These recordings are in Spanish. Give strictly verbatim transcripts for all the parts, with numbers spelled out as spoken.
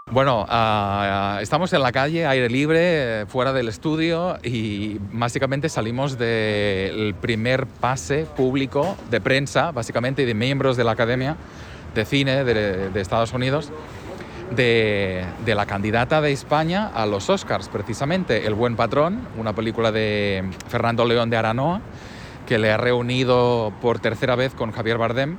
Bueno, uh, estamos en la calle, aire libre, fuera del estudio y básicamente salimos del primer pase público de prensa, básicamente, y de miembros de la Academia de Cine de, de Estados Unidos, de, de la candidata de España a los Oscars, precisamente, El Buen Patrón, una película de Fernando León de Aranoa, que le ha reunido por tercera vez con Javier Bardem.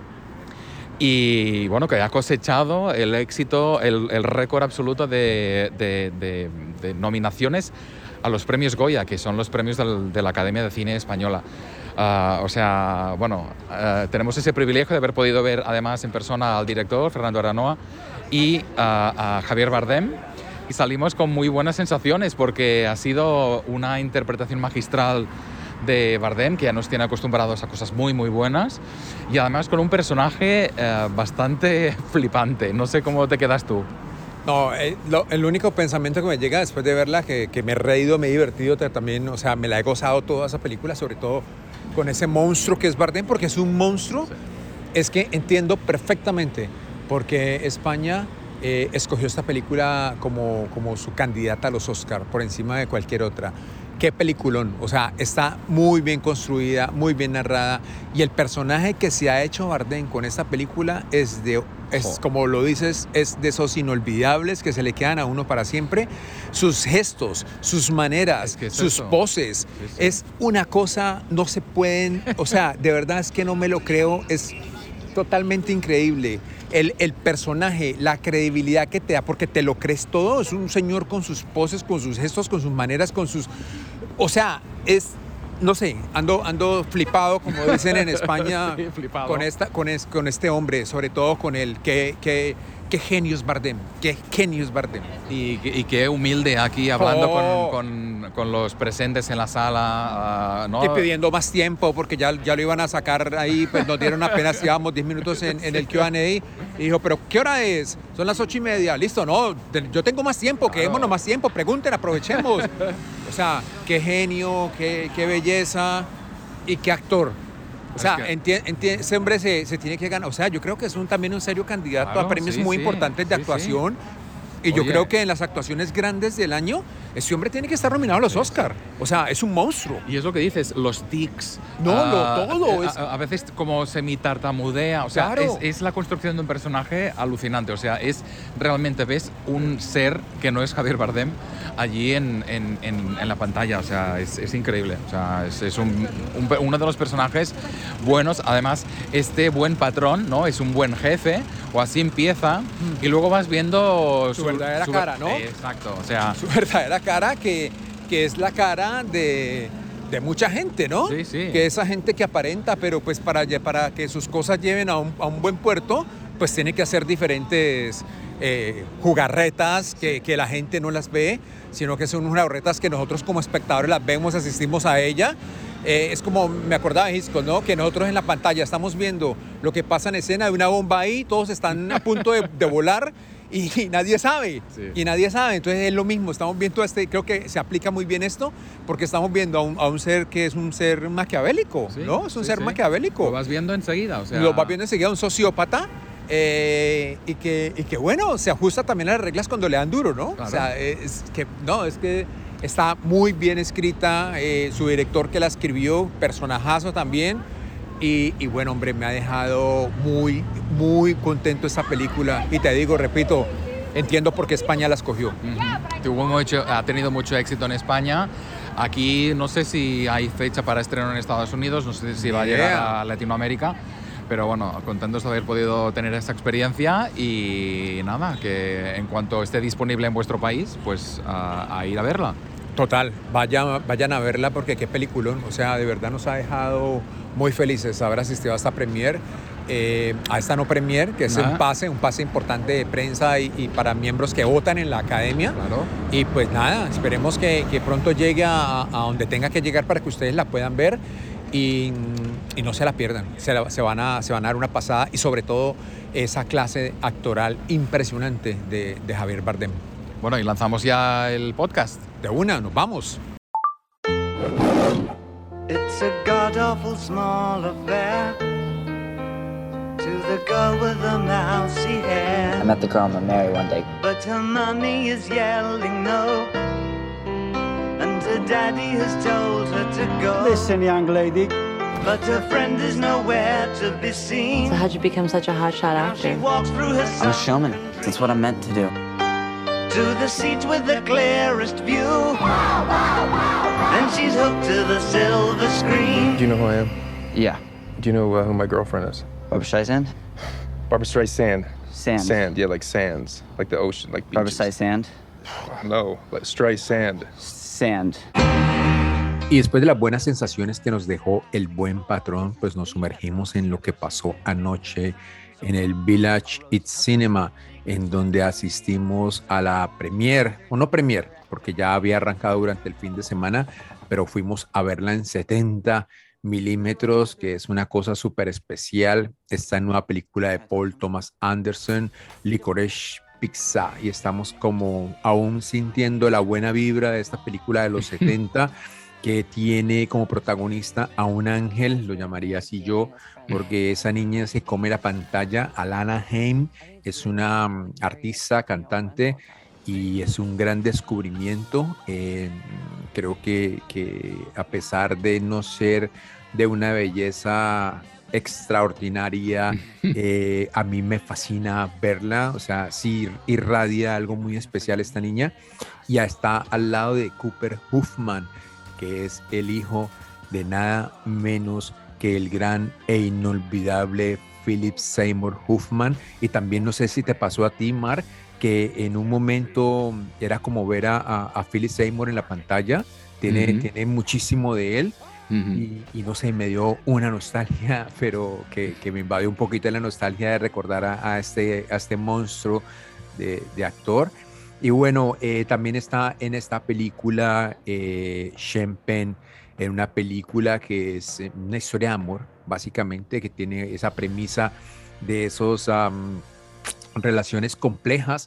Y bueno, que ha cosechado el éxito, el, el récord absoluto de, de, de, de nominaciones a los premios Goya, que son los premios del, de la Academia de Cine Española. Uh, o sea, bueno, uh, tenemos ese privilegio de haber podido ver además en persona al director, Fernando Aranoa, y uh, a Javier Bardem. Y salimos con muy buenas sensaciones porque ha sido una interpretación magistral de Bardem, que ya nos tiene acostumbrados a cosas muy muy buenas, y además con un personaje eh, bastante flipante. No sé cómo te quedas tú. No, eh, lo, el único pensamiento que me llega después de verla, que, que me he reído, me he divertido también, o sea, me la he gozado toda esa película, sobre todo con ese monstruo que es Bardem, porque es un monstruo, sí. Es que entiendo perfectamente porque España eh, escogió esta película como, como su candidata a los Oscar por encima de cualquier otra. Qué peliculón, o sea, está muy bien construida, muy bien narrada, y el personaje que se ha hecho Bardem con esta película es de, es oh. como lo dices, es de esos inolvidables que se le quedan a uno para siempre. Sus gestos, sus maneras, es que es sus eso. poses, sí, sí. Es una cosa, no se pueden, o sea, de verdad es que no me lo creo, es totalmente increíble. El, el personaje, la credibilidad que te da, porque te lo crees todo, es un señor con sus poses, con sus gestos, con sus maneras, con sus... O sea, es, no sé, ando, ando flipado, como dicen en España, sí, con, esta, con, es, con este hombre, sobre todo con él, que... que Qué genio es Bardem, qué genio es Bardem. Y, y qué humilde aquí hablando oh. con, con, con los presentes en la sala. Uh, ¿no? Y pidiendo más tiempo porque ya, ya lo iban a sacar ahí, pues nos dieron apenas, llevamos diez minutos en, en el Q and A. Y dijo, pero ¿qué hora es? Son las ocho y media. Listo, no, yo tengo más tiempo, claro. Quedémonos más tiempo, pregunten, aprovechemos. O sea, qué genio, qué, qué belleza y qué actor. O sea, es que... enti- enti- ese hombre se, se tiene que ganar. O sea, yo creo que es un, también un serio candidato claro, a premios sí, muy sí, importantes de sí, actuación. Sí. Y Oye. yo creo que en las actuaciones grandes del año, ese hombre tiene que estar nominado a los Oscar. O sea, es un monstruo. Y es lo que dices, los tics. No, uh, lo, todo. A, es... a, a veces como semi-tartamudea. O sea, claro. es, es la construcción de un personaje alucinante. O sea, es realmente ves un ser que no es Javier Bardem allí en, en, en, en la pantalla. O sea, es, es increíble. O sea, es, es un, un, uno de los personajes buenos. Además, este buen patrón, ¿no? Es un buen jefe, o así empieza, mm. y luego vas viendo su, su verdadera su, cara, ¿no? Eh, exacto, o sea... Su verdadera cara que, que es la cara de, de mucha gente, ¿no? Sí, sí. Que esa gente que aparenta, pero pues para, para que sus cosas lleven a un, a un buen puerto, pues tiene que hacer diferentes eh, jugarretas que, que la gente no las ve, sino que son unas jugarretas que nosotros como espectadores las vemos, asistimos a ella. Eh, es como, me acordaba de Hitchcock, ¿no? Que nosotros en la pantalla estamos viendo lo que pasa en escena de una bomba ahí, todos están a punto de, de volar y, y nadie sabe, sí. y nadie sabe. Entonces es lo mismo, estamos viendo este, creo que se aplica muy bien esto, porque estamos viendo a un, a un ser que es un ser maquiavélico, sí, ¿no? Es un sí, ser sí. maquiavélico. Lo vas viendo enseguida, o sea... Lo vas viendo enseguida, un sociópata. Eh, y, que, y que bueno, se ajusta también a las reglas cuando le dan duro, ¿no? Claro. O sea, es que, no, es que está muy bien escrita, eh, su director que la escribió, personajazo también, y, y bueno, hombre, me ha dejado muy, muy contento esta película, y te digo, repito, entiendo por qué España la escogió. Uh-huh. Tuvo mucho, ha tenido mucho éxito en España. Aquí no sé si hay fecha para estreno en Estados Unidos, no sé si va a llegar a Latinoamérica. Pero bueno, contentos de haber podido tener esta experiencia y nada, que en cuanto esté disponible en vuestro país, pues a, a ir a verla. Total, vaya, vayan a verla porque qué peliculón, o sea, de verdad nos ha dejado muy felices haber asistido a esta premier, eh, a esta no premier, que es nada. un pase, un pase importante de prensa y, y para miembros que votan en la academia. Claro. Y pues nada, esperemos que, que pronto llegue a, a donde tenga que llegar para que ustedes la puedan ver. Y, y no se la pierdan, se, la, se, van a, se van a dar una pasada y sobre todo esa clase actoral impresionante de, de Javier Bardem. Bueno, y lanzamos ya el podcast. De una, nos vamos. It's a god-awful small affair to the girl with the mousy hair. I met the girl I'm gonna marry one day. But her mommy is yelling no, and her daddy has told her to go. Listen, young lady. But her friend is nowhere to be seen. So how'd you become such a hotshot actor? She walks through her I'm a showman. That's what I'm meant to do. to the seat with the clearest view. And she's hooked to the silver screen. Do you know who I am? Yeah. Do you know uh, who my girlfriend is? Barbra Streisand? Barbra Streisand. Sand. Sand, yeah, like sands. Like the ocean, like Barbra beaches. Streisand? No, like Streisand. Sand. Y después de las buenas sensaciones que nos dejó El Buen Patrón, pues nos sumergimos en lo que pasó anoche en el Village It's Cinema, en donde asistimos a la premiere, o no premiere, porque ya había arrancado durante el fin de semana, pero fuimos a verla en setenta milímetros, que es una cosa súper especial. Esta nueva película de Paul Thomas Anderson, Licorice Pizza, y estamos como aún sintiendo la buena vibra de esta película de los setenta, que tiene como protagonista a un ángel, lo llamaría así yo, porque esa niña se come la pantalla. Alana Haim es una um, artista, cantante, y es un gran descubrimiento. Eh, creo que, que a pesar de no ser de una belleza extraordinaria, eh, a mí me fascina verla. O sea, sí irradia algo muy especial esta niña. Ya está al lado de Cooper Hoffman, que es el hijo de nada menos que el gran e inolvidable Philip Seymour Hoffman. Y también no sé si te pasó a ti, Mar, que en un momento era como ver a, a, a Philip Seymour en la pantalla. Tiene, uh-huh. tiene muchísimo de él. Uh-huh. y, y no sé, me dio una nostalgia, pero que, que me invadió un poquito la nostalgia de recordar a, a, este, a este monstruo de, de actor. Y bueno, eh, también está en esta película eh, Sean Penn, en una película que es una historia de amor, básicamente, que tiene esa premisa de esas um, relaciones complejas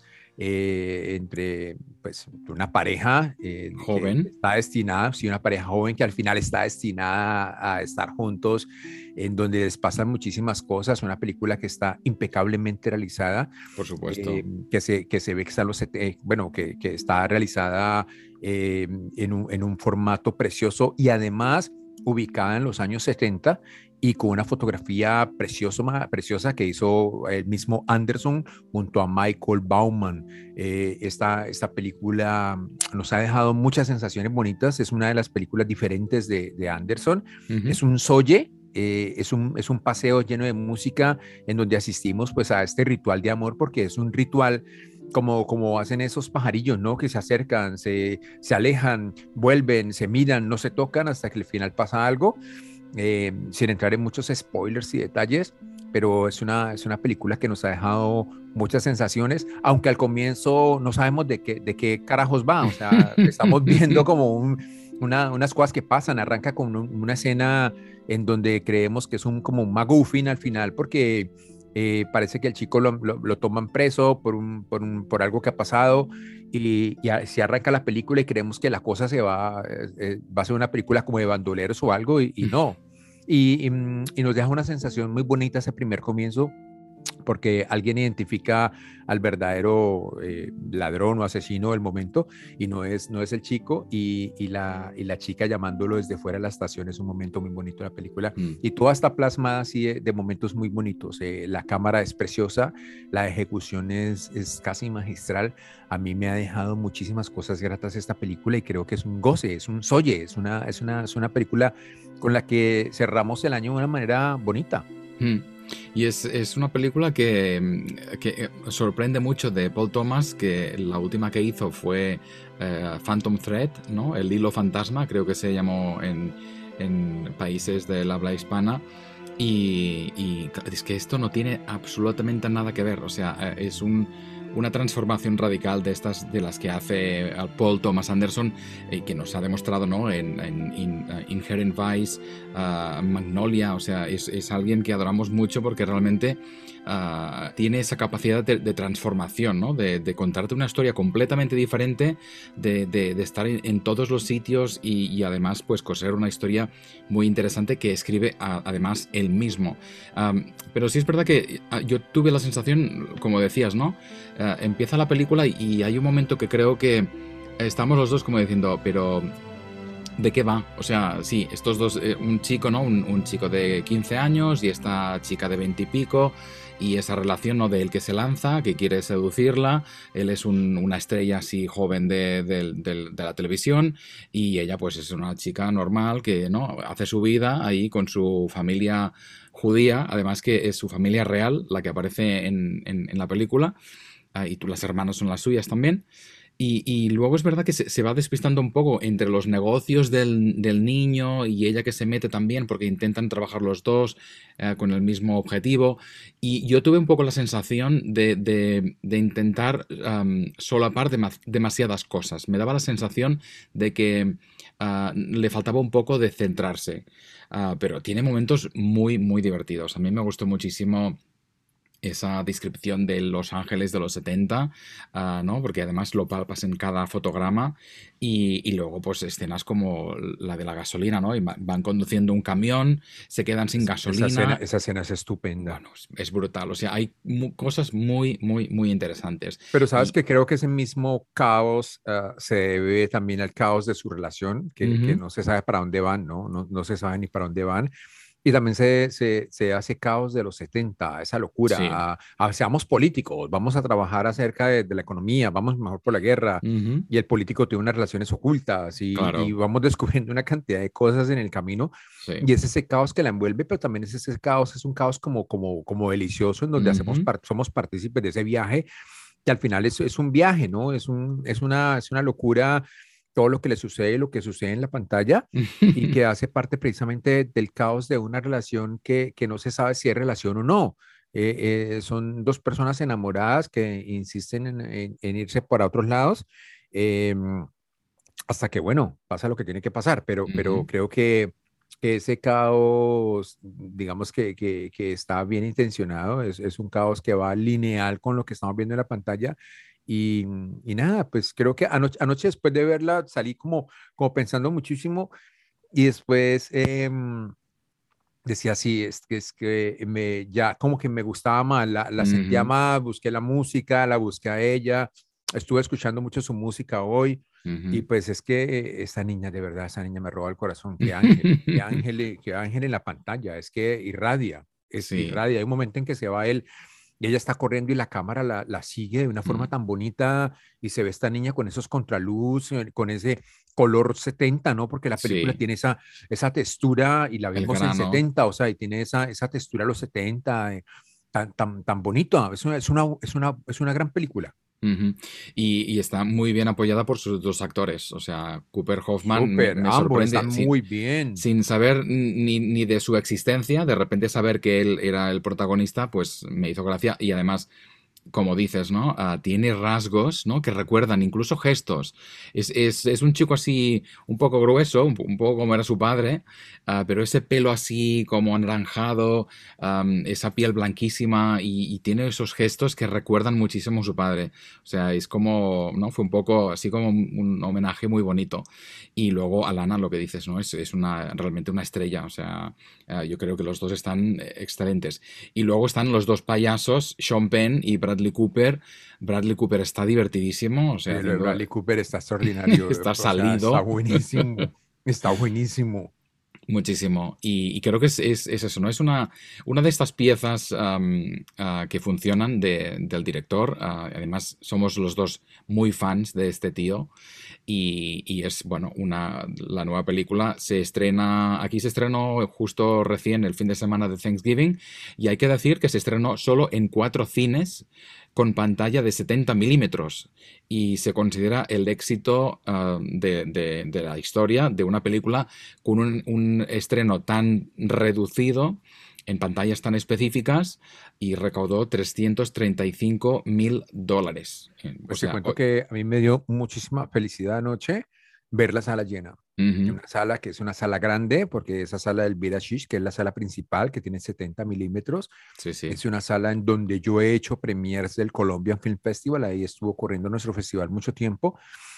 eh, entre pues, una pareja eh, joven. Que está destinada, sí, una pareja joven que al final está destinada a estar juntos, en donde les pasan muchísimas cosas. Una película que está impecablemente realizada. Por supuesto. Eh, que, se, que se ve que está, los, eh, bueno, que, que está realizada eh, en, un, en un formato precioso y además ubicada en los años setenta y con una fotografía precioso, preciosa que hizo el mismo Anderson junto a Michael Bauman. Eh, esta, esta película nos ha dejado muchas sensaciones bonitas. Es una de las películas diferentes de, de Anderson. Uh-huh. Es un soye. Eh, es, un, es un paseo lleno de música en donde asistimos pues a este ritual de amor, porque es un ritual como, como hacen esos pajarillos, ¿no? Que se acercan, se, se alejan, vuelven, se miran, no se tocan hasta que al final pasa algo, eh, sin entrar en muchos spoilers y detalles, pero es una, es una película que nos ha dejado muchas sensaciones, aunque al comienzo no sabemos de qué, de qué carajos va. O sea, estamos viendo como un, una, unas cosas que pasan. Arranca con un, una escena en donde creemos que es un, como un MacGuffin al final, porque eh, parece que el chico lo, lo, lo toman preso por, un, por, un, por algo que ha pasado, y, y se arranca la película y creemos que la cosa se va, eh, va a ser una película como de bandoleros o algo, y, y no. Y, y, y nos deja una sensación muy bonita ese primer comienzo, porque alguien identifica al verdadero eh, ladrón o asesino del momento, y no es, no es el chico, y, y, la, y la chica llamándolo desde fuera de la estación. Es un momento muy bonito de la película, mm. y toda está plasmada así de, de momentos muy bonitos. Eh, la cámara es preciosa, la ejecución es, es casi magistral. A mí me ha dejado muchísimas cosas gratas esta película, y creo que es un goce, es un soye, es una, es una, es una película con la que cerramos el año de una manera bonita. Mm. Y es, es una película que, que sorprende mucho de Paul Thomas, que la última que hizo fue uh, Phantom Thread, ¿no? El hilo fantasma, creo que se llamó en, en países del habla hispana. Y, y es que esto no tiene absolutamente nada que ver. O sea, es un... una transformación radical de estas de las que hace Paul Thomas Anderson, eh, que nos ha demostrado, ¿no? en, en, en uh, Inherent Vice, uh, Magnolia. O sea, es, es alguien que adoramos mucho, porque realmente uh, tiene esa capacidad de, de transformación, ¿no? De, de contarte una historia completamente diferente, de, de, de estar en, en todos los sitios y, y además pues coser una historia muy interesante que escribe a, además él mismo. Um, pero sí es verdad que uh, yo tuve la sensación, como decías, ¿no? Uh, empieza la película y, y hay un momento que creo que estamos los dos como diciendo, pero ¿de qué va? O sea, sí, estos dos, eh, un chico, ¿no? Un, un chico de quince años y esta chica de veinte y pico, y esa relación, ¿no? De él que se lanza, que quiere seducirla, él es un, una estrella así joven de, de, de, de la televisión y ella pues es una chica normal que, ¿no? Hace su vida ahí con su familia judía, además que es su familia real, la que aparece en, en, en la película, uh, y tú, las hermanas son las suyas también. Y, y luego es verdad que se, se va despistando un poco entre los negocios del, del niño y ella que se mete también porque intentan trabajar los dos eh, con el mismo objetivo. Y yo tuve un poco la sensación de, de, de intentar um, solapar demas, demasiadas cosas. Me daba la sensación de que uh, le faltaba un poco de centrarse. Uh, pero tiene momentos muy, muy divertidos. A mí me gustó muchísimo esa descripción de Los Ángeles de los setenta, uh, ¿no? Porque además lo palpas en cada fotograma y, y luego pues escenas como la de la gasolina, ¿no? Y van conduciendo un camión, se quedan sin gasolina. Esa escena, esa escena es estupenda. Bueno, es, es brutal, o sea, hay mu- cosas muy, muy, muy interesantes. Pero sabes Y, que creo que ese mismo caos uh, se debe también al caos de su relación, que, que uh-huh, no se sabe para dónde van, ¿no? No, no se sabe ni para dónde van. Y también se, se, se hace caos de los setenta, esa locura. sí, A, a, seamos políticos, vamos a trabajar acerca de, de la economía, vamos mejor por la guerra. uh-huh, Y el político tiene unas relaciones ocultas y, y claro, vamos descubriendo una cantidad de cosas en el camino. sí, Y es ese caos que la envuelve, pero también es ese caos, es un caos como, como, como delicioso en donde hacemos uh-huh. par somos partícipes de ese viaje, que al final es, es un viaje, ¿no? Es, un, es, una, es una locura todo lo que le sucede, lo que sucede en la pantalla y que hace parte precisamente del caos de una relación que, que no se sabe si es relación o no. Eh, eh, son dos personas enamoradas que insisten en, en, en irse para otros lados, eh, hasta que, bueno, pasa lo que tiene que pasar, pero, pero Uh-huh. creo que, que ese caos, digamos que, que, que está bien intencionado, es, es un caos que va lineal con lo que estamos viendo en la pantalla. Y, y nada, pues creo que anoche, anoche después de verla salí como, como pensando muchísimo y después eh, decía, sí, es que, es que me, ya como que me gustaba más, la, la sentía Uh-huh. más, busqué la música, la busqué a ella, estuve escuchando mucho su música hoy y Uh-huh. pues es que esa niña, de verdad, esa niña me roba el corazón, qué ángel, qué ángel, qué ángel en la pantalla, es que irradia, es Sí. irradia, hay un momento en que se va él y ella está corriendo y la cámara la, la sigue de una forma Mm. tan bonita y se ve esta niña con esos contraluz, eh, con ese color setenta, ¿no? Porque la película Sí, tiene esa, esa textura y la el vimos en grano. setenta, o sea, y tiene esa, esa textura de los setenta, eh, tan, tan, tan bonito. Es una, es una, es una, es una gran película. Ujú. Y, y está muy bien apoyada por sus dos actores. O sea, Cooper Hoffman me, Súper, me ambos sorprende están sin, muy bien. sin saber ni, ni de su existencia. De repente saber que él era el protagonista, pues me hizo gracia. Y además, como dices, ¿no? Ah, tiene rasgos, ¿no? Que recuerdan, incluso gestos. Es, es- es un chico así, un poco grueso, un, po- un poco como era su padre, ah, pero ese pelo así como anaranjado, am, esa piel blanquísima y, y tiene esos gestos que recuerdan muchísimo a su padre. O sea, es como, ¿no? Fue un poco así como un, un homenaje muy bonito. Y luego Alana, lo que dices, ¿no? Es, es una, realmente una estrella. O sea, ah, yo creo que los dos están eh, excelentes. Y luego están los dos payasos, Sean Penn y Bradley Cooper. Bradley Cooper está divertidísimo, o sea, Oye, lo de haciendo... Bradley Cooper está extraordinario, está o sea, está salido buenísimo, está buenísimo. muchísimo. Y, y creo que es, es- es eso, ¿no? Es una, una de estas piezas am, ah, que funcionan de- del director. Ah, además, somos los dos muy fans de este tío. Y, y es, bueno, una, la nueva película se estrena, aquí se estrenó justo recién el fin de semana de Thanksgiving y hay que decir que se estrenó solo en cuatro cines con pantalla de setenta milímetros y se considera el éxito ah, de, de- de la historia de una película con un, un estreno tan reducido en pantallas tan específicas y recaudó trescientos treinta y cinco mil dólares. Eh, O Pues te sea, cuento o- que a mí me dio muchísima felicidad anoche ver la sala llena. Ujú. Una sala que es una sala grande, porque esa sala del Village, que es la sala principal, que tiene setenta milímetros, Sí, sí. es una sala en donde yo he hecho premieres del Colombian Film Festival, ahí estuvo corriendo nuestro festival mucho tiempo,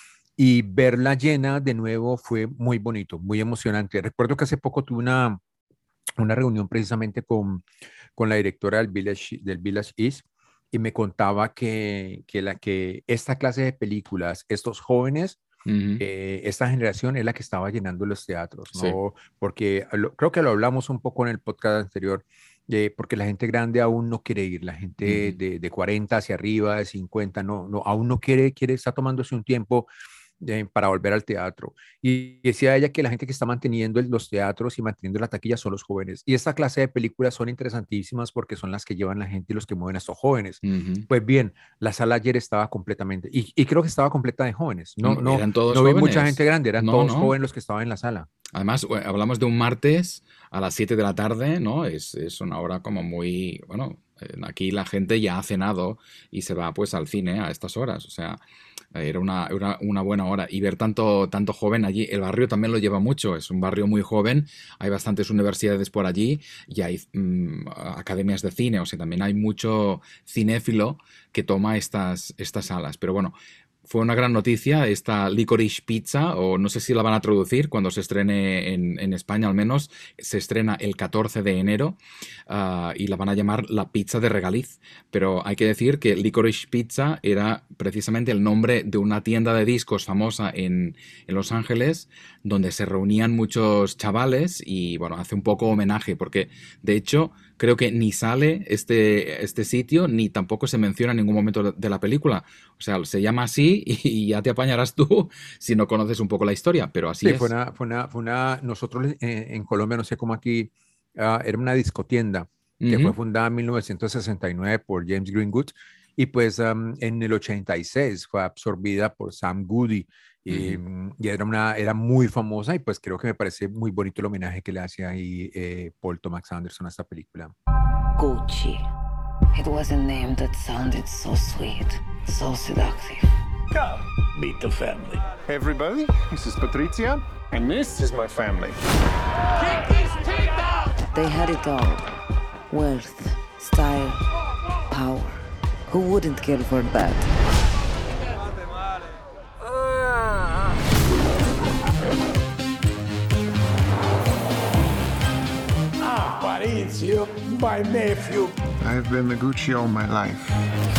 y verla llena de nuevo fue muy bonito, muy emocionante. Recuerdo que hace poco tuve una, una reunión precisamente con, con la directora del Village, del Village East, y me contaba que, que, la, que esta clase de películas, estos jóvenes, Ujú. eh, esta generación es la que estaba llenando los teatros, Sí. ¿no? Porque lo- creo que lo hablamos un poco en el podcast anterior, eh, porque la gente grande aún no quiere ir, la gente Ujú. de, de cuarenta hacia arriba, de cincuenta, no, no, aún no quiere, quiere, está tomándose un tiempo eh, para volver al teatro. Y decía ella que la gente que está manteniendo el- los teatros y manteniendo la taquilla son los jóvenes. Y esta clase de películas son interesantísimas porque son las que llevan la gente y los que mueven a estos jóvenes. Ujú. Pues bien, la sala ayer estaba completamente, y, y creo que estaba completa de jóvenes. No, No, no, eran todos no vi mucha gente jóvenes. grande, eran No, todos no. jóvenes los que estaban en la sala. Además, eh, hablamos de un martes a las siete de la tarde, ¿no? Es, es una hora como muy, bueno, eh, aquí la gente ya ha cenado y se va pues al cine a estas horas, o sea, eh, era una, era una buena hora. Y ver tanto, tanto joven allí, el barrio también lo lleva mucho, es un barrio muy joven, hay bastantes universidades por allí y hay mm, academias de cine, o sea, también hay mucho cinéfilo que toma estas, estas salas. Pero bueno, fue una gran noticia esta Licorice Pizza, o no sé si la van a traducir cuando se estrene en, en España al menos. Se estrena el catorce de enero uh, y la van a llamar la pizza de regaliz. Pero hay que decir que Licorice Pizza era precisamente el nombre de una tienda de discos famosa en, en Los Ángeles, donde se reunían muchos chavales y bueno, hace un poco homenaje, porque de hecho creo que ni sale este, este sitio, ni tampoco se menciona en ningún momento de la película. O sea, se llama así y ya te apañarás tú si no conoces un poco la historia, pero así Sí, es. fue una, fue una, fue una, nosotros eh, en Colombia, no sé cómo aquí, ah, era una discotienda que fue Ujú, fundada en mil novecientos sesenta y nueve por James Greenwood y pues am, en el ochenta y seis fue absorbida por Sam Goody y, ujú. mm, y era, una, era muy famosa y pues creo que me parece muy bonito el homenaje que le hace ahí eh, Paul Thomas Anderson a esta película. Gucci. It was a name that sounded so sweet, so seductive. Come, meet the family. Hey everybody, this is Patricia, and this is my family. They had it all. Wealth, style, power. Who wouldn't kill for that? Aparicio, my nephew. I've been the Gucci all my life.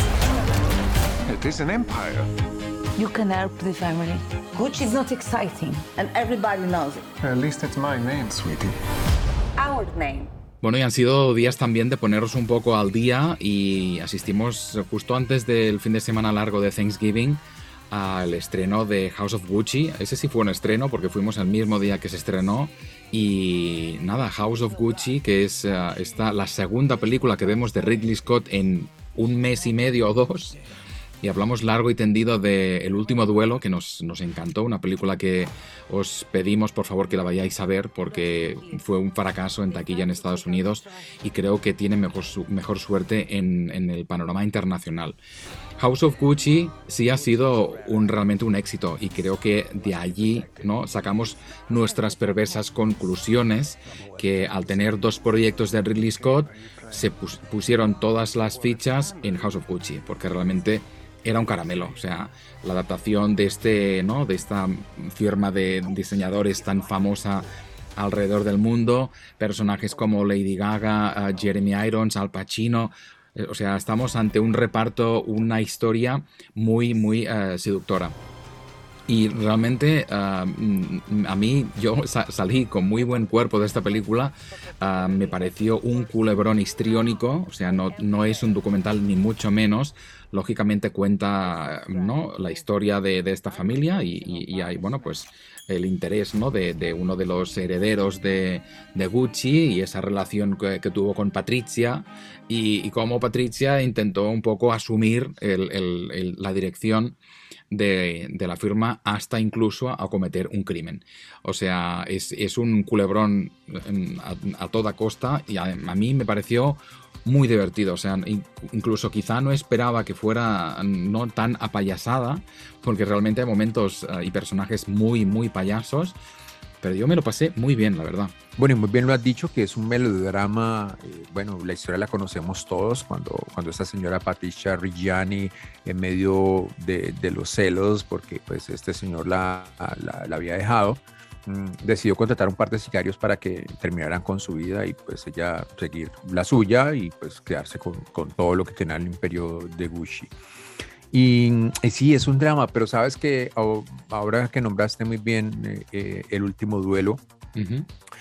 It is an empire. You can help the family. Gucci is not exciting, and everybody knows it. At least it's my name, sweetie. Our name. Bueno, y han sido días también de ponernos un poco al día y asistimos justo antes del fin de semana largo de Thanksgiving al estreno de House of Gucci. Ese sí fue un estreno porque fuimos el mismo día que se estrenó. Y nada, House of Gucci, que es uh, esta, la segunda película que vemos de Ridley Scott en un mes y medio o dos. Y hablamos largo y tendido de El último duelo, que nos, nos encantó, una película que os pedimos por favor que la vayáis a ver porque fue un fracaso en taquilla en Estados Unidos y creo que tiene mejor, mejor suerte en, en el panorama internacional. House of Gucci sí ha sido un, realmente un éxito y creo que de allí, ¿no?, sacamos nuestras perversas conclusiones, que al tener dos proyectos de Ridley Scott se pus- pusieron todas las fichas en House of Gucci, porque realmente era un caramelo. O sea, la adaptación de este, ¿no?, de esta firma de diseñadores tan famosa alrededor del mundo, personajes como Lady Gaga, uh, Jeremy Irons, Al Pacino. O sea, estamos ante un reparto, una historia muy, muy uh, seductora. Y realmente uh, a mí, yo sa- salí con muy buen cuerpo de esta película. Uh, me pareció un culebrón histriónico, o sea, no, no es un documental ni mucho menos. Lógicamente cuenta, ¿no?, la historia de, de esta familia y, y, y hay, bueno, pues el interés, ¿no?, de, de uno de los herederos de, de Gucci y esa relación que, que tuvo con Patricia y, y cómo Patricia intentó un poco asumir el, el, el, la dirección de, de la firma hasta incluso a cometer un crimen. O sea, es, es un culebrón a, a toda costa y a, a mí me pareció muy divertido. O sea, incluso quizá no esperaba que fuera no tan apayasada, porque realmente hay momentos uh, y personajes muy, muy payasos, pero yo me lo pasé muy bien, la verdad. Bueno, y muy bien lo has dicho, que es un melodrama. Eh, bueno, la historia la conocemos todos, cuando, cuando esta señora Patricia Reggiani, en medio de, de los celos, porque pues este señor la, la, la había dejado, mmm, decidió contratar un par de sicarios para que terminaran con su vida y pues ella seguir la suya y pues quedarse con, con todo lo que tenía el imperio de Gucci. Y, y sí, es un drama, pero sabes que ahora que nombraste muy bien eh, eh, El último duelo, uh-huh.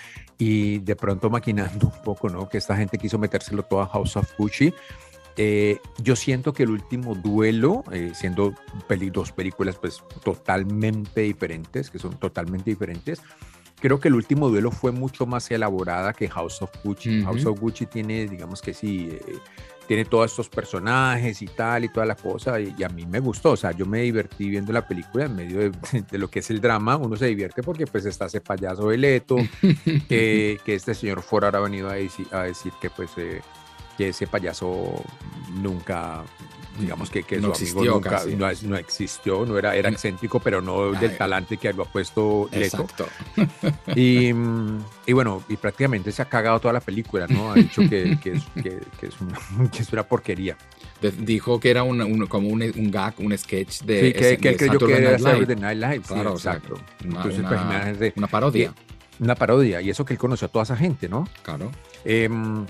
y de pronto maquinando un poco, ¿no? Que esta gente quiso metérselo todo a House of Gucci. Eh, yo siento que El último duelo, eh, siendo peli, dos películas pues totalmente diferentes, que son totalmente diferentes, creo que El último duelo fue mucho más elaborada que House of Gucci. Uh-huh. House of Gucci tiene, digamos que sí, eh, tiene todos estos personajes y tal y toda la cosa, y, y a mí me gustó. O sea, yo me divertí viendo la película en medio de, de lo que es el drama. Uno se divierte porque pues está ese payaso de Leto, que, que este señor Ford ahora ha venido a decir, a decir que pues eh, que ese payaso nunca, digamos que, que no su existió, amigo nunca casi. no, no existió, no era, era excéntrico, pero no Ay, del talante que había puesto Leto. Exacto. Y, y bueno, y prácticamente se ha cagado toda la película, ¿no? Ha dicho que, que, es, que, que, es, una, que es una porquería. De, dijo que era un, un, como un, un gag, un sketch de... Sí, que, ese, que él creyó que era Saturday Night Live. Claro, sí, exacto. O sea, una, Entonces, una, pues, imagínate, una parodia. Que, una parodia, y eso que él conoció a toda esa gente, ¿no? Claro. Eh,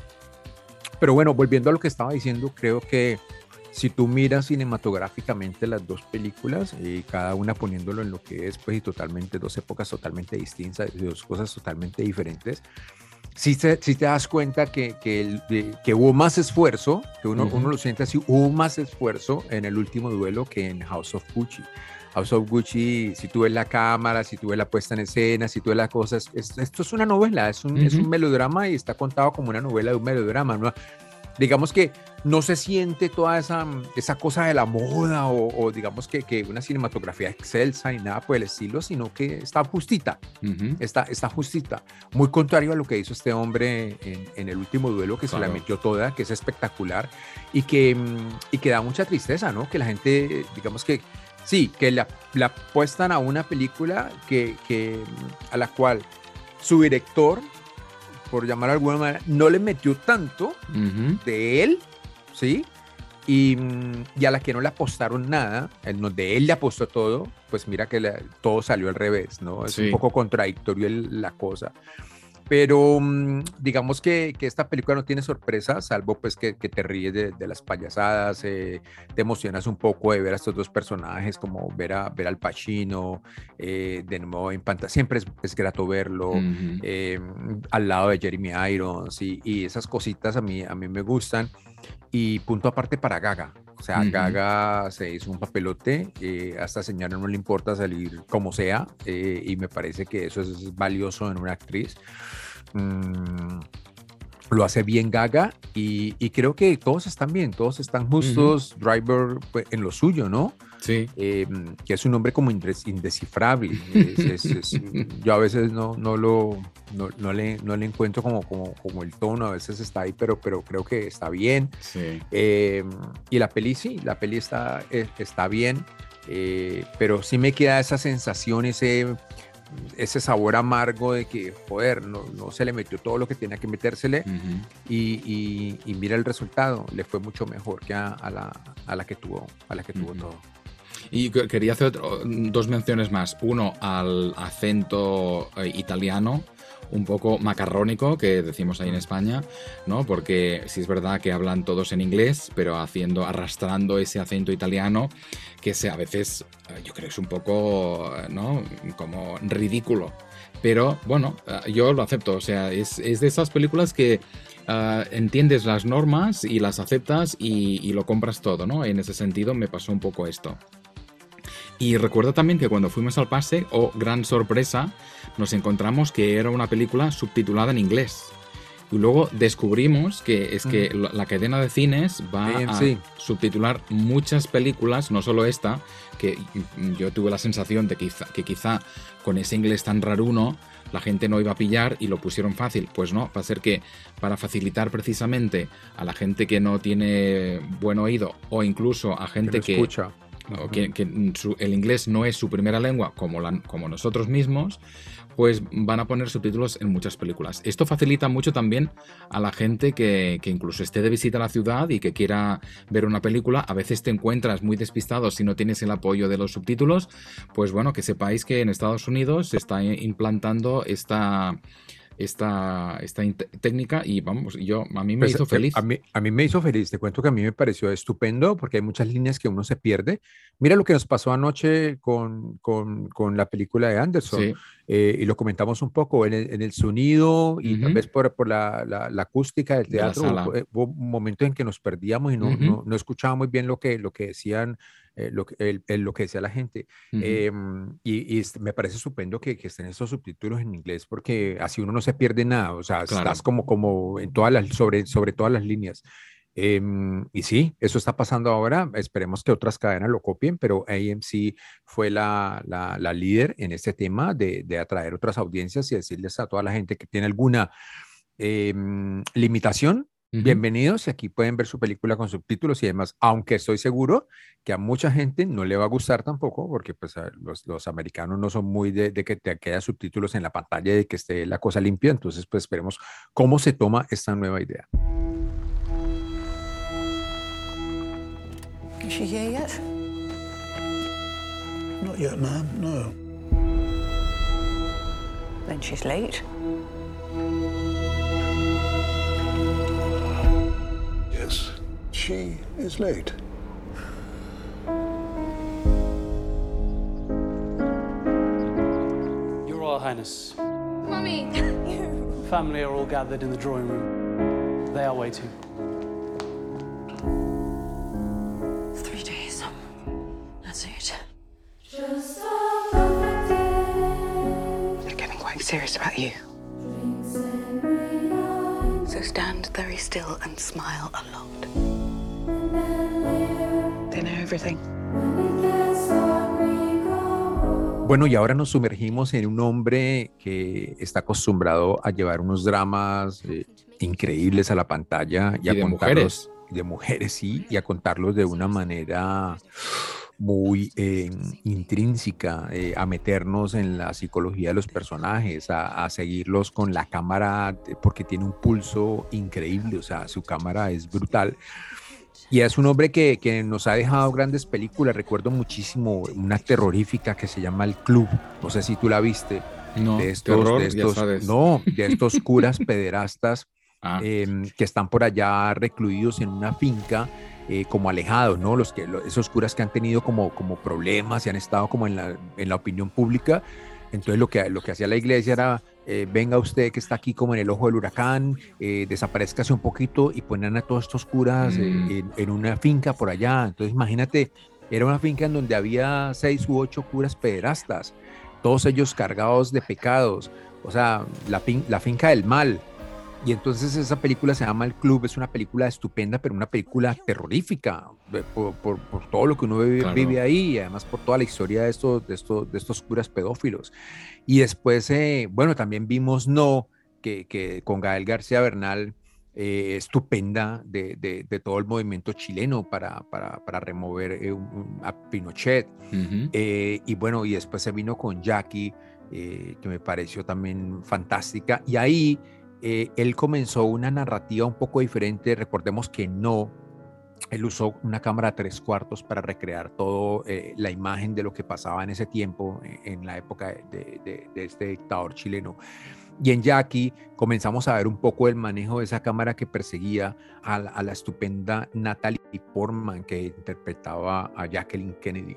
pero bueno, volviendo a lo que estaba diciendo, creo que si tú miras cinematográficamente las dos películas, y cada una poniéndolo en lo que es, pues, y totalmente, dos épocas totalmente distintas, dos cosas totalmente diferentes, sí te, sí te das cuenta que, que, el, que hubo más esfuerzo, que uno, uh-huh. uno lo siente así, hubo más esfuerzo en El último duelo que en House of Gucci. House of Gucci, si tú ves la cámara, si tú ves la puesta en escena, si tú ves las cosas, es, esto es una novela, es un, uh-huh. es un melodrama y está contado como una novela de un melodrama, ¿no? Digamos que no se siente toda esa, esa cosa de la moda o, o digamos que, que una cinematografía excelsa y nada por el estilo, sino que está justita, uh-huh. está, está justita. Muy contrario a lo que hizo este hombre en, en El último duelo, que claro. se la metió toda, que es espectacular y que, y que da mucha tristeza, ¿no? Que la gente, digamos que sí, que la, la apuestan a una película que, que, a la cual su director, por llamar de alguna manera, no le metió tanto uh-huh. de él, ¿sí? Y, y a la que no le apostaron nada, el, de él le apostó todo, pues mira que la, todo salió al revés, ¿no? Es sí. un poco contradictorio el, la cosa. Pero digamos que, que esta película no tiene sorpresa, salvo pues que, que te ríes de, de las payasadas, eh, te emocionas un poco de ver a estos dos personajes, como ver, a, ver al Pacino, eh, de nuevo en pantalla, siempre es, es grato verlo, uh-huh. eh, al lado de Jeremy Irons, y, y esas cositas a mí, a mí me gustan. Y punto aparte para Gaga. O sea, uh-huh. Gaga se hizo un papelote, eh, a esta señora no le importa salir como sea, eh, y me parece que eso es valioso en una actriz. Mm, lo hace bien Gaga, y, y creo que todos están bien, todos están justos. Uh-huh. Driver pues, en lo suyo, ¿no? Sí. Eh, que es un hombre como indescifrable. Es, es, es, yo a veces no, no, lo, no, no, le, no le encuentro como, como, como el tono, a veces está ahí, pero, pero creo que está bien. Sí. Eh, y la peli sí, la peli está, está bien, eh, pero sí me queda esa sensación, ese, ese sabor amargo de que, joder, no, no se le metió todo lo que tenía que metérsele. Uh-huh. y, y, y mira el resultado, le fue mucho mejor que a, a, la, a la que tuvo, a la que tuvo uh-huh. todo. Y quería hacer otro, dos menciones más. Uno, al acento eh, italiano, un poco macarrónico, que decimos ahí en España, ¿no? Porque sí es verdad que hablan todos en inglés, pero haciendo, arrastrando ese acento italiano, que se, a veces yo creo que es un poco, ¿no? Como ridículo. Pero bueno, yo lo acepto. O sea, es, es de esas películas que uh, entiendes las normas y las aceptas y, y lo compras todo, ¿no? En ese sentido me pasó un poco esto. Y recuerdo también que cuando fuimos al pase, oh, gran sorpresa, nos encontramos que era una película subtitulada en inglés. Y luego descubrimos que es que mm. la cadena de cines va A M a C. subtitular muchas películas, no solo esta, que yo tuve la sensación de que quizá, que quizá con ese inglés tan raruno la gente no iba a pillar y lo pusieron fácil. Pues no, va a ser que para facilitar precisamente a la gente que no tiene buen oído o incluso a gente que, escucha. que, que, que su, el inglés no es su primera lengua como, la, como nosotros mismos, pues van a poner subtítulos en muchas películas. Esto facilita mucho también a la gente que, que incluso esté de visita a la ciudad y que quiera ver una película. A veces te encuentras muy despistado si no tienes el apoyo de los subtítulos. Pues bueno, que sepáis que en Estados Unidos se está implantando esta... esta, esta técnica y vamos, yo a mí me Pues, hizo feliz. A mí, a mí me hizo feliz, te cuento que a mí me pareció estupendo porque hay muchas líneas que uno se pierde. Mira lo que nos pasó anoche con, con, con la película de Anderson, Sí. eh, y lo comentamos un poco en el, en el sonido y Uh-huh. tal vez por, por la, la, la acústica del De la teatro. sala. Hubo, hubo un momento en que nos perdíamos y no, Uh-huh. no, no escuchábamos muy bien lo que, lo que decían. Eh, lo, que- el, el- lo que decía la gente. Uh-huh. Eh, y, y es- me parece estupendo que, que estén estos subtítulos en inglés porque así uno no se pierde nada, o sea, Claro. estás como, como en todas las, sobre, sobre todas las líneas. Eh, y sí, eso está pasando ahora, esperemos que otras cadenas lo copien, pero A M C fue la, la, la líder en este tema de, de atraer otras audiencias y decirles a toda la gente que tiene alguna eh, limitación. Uh-huh. Bienvenidos, y aquí pueden ver su película con subtítulos y demás, aunque estoy seguro que a mucha gente no le va a gustar tampoco, porque pues a los, los americanos no son muy de, de que te haya subtítulos en la pantalla y de que esté la cosa limpia, entonces pues esperemos cómo se toma esta nueva idea. Is she here yet? Not yet, ma'am, no. Then she's late. Yes, she is late. Your Royal Highness, Mummy! family are all gathered in the drawing room. They are waiting. Three days. That's it. They're getting quite serious about you. So stand very still and smile a lot. They know everything. Bueno, y ahora nos sumergimos en un hombre que está acostumbrado a llevar unos dramas eh, increíbles a la pantalla y, Y a de contarlos, de mujeres, sí, y a contarlos de una manera muy eh, intrínseca, eh, a meternos en la psicología de los personajes, a, a seguirlos con la cámara, porque tiene un pulso increíble, o sea, su cámara es brutal. Y es un hombre que, que nos ha dejado grandes películas. Recuerdo muchísimo una terrorífica que se llama El Club. No sé si tú la viste. No, de estos, terror, de ya estos, sabes. no, de estos curas pederastas Ah. eh, que están por allá recluidos en una finca, eh, como alejados, ¿no? Los que, lo- esos curas que han tenido como, como problemas y han estado como en la, en la opinión pública. Entonces lo que, lo que hacía la iglesia era, eh, venga usted que está aquí como en el ojo del huracán, eh, desaparezcase un poquito, y ponían a todos estos curas eh, Mm. en, en una finca por allá. Entonces imagínate, era una finca en donde había seis u ocho curas pederastas, todos ellos cargados de pecados, o sea, la, fin- la finca del mal. Y entonces esa película se llama El Club, es una película estupenda, pero una película terrorífica, de- por, por- por todo lo que uno vive, Claro. vive ahí, y además por toda la historia de estos, de estos, de estos curas pedófilos. Y después, eh, bueno, también vimos No, que, que con Gael García Bernal, eh, estupenda, de, de- de todo el movimiento chileno para, para, para remover eh, un- un- a Pinochet. Ujú. Eh, y bueno, y después se vino con Jackie, eh, que me pareció también fantástica. Y ahí eh, él comenzó una narrativa un poco diferente. Recordemos que No, él usó una cámara tres cuartos para recrear todo, eh, la imagen de lo que pasaba en ese tiempo, eh, en la época de, de- de este dictador chileno. Y en Jackie comenzamos a ver un poco el manejo de esa cámara que perseguía a la, a la estupenda Natalie Portman, que interpretaba a Jacqueline Kennedy.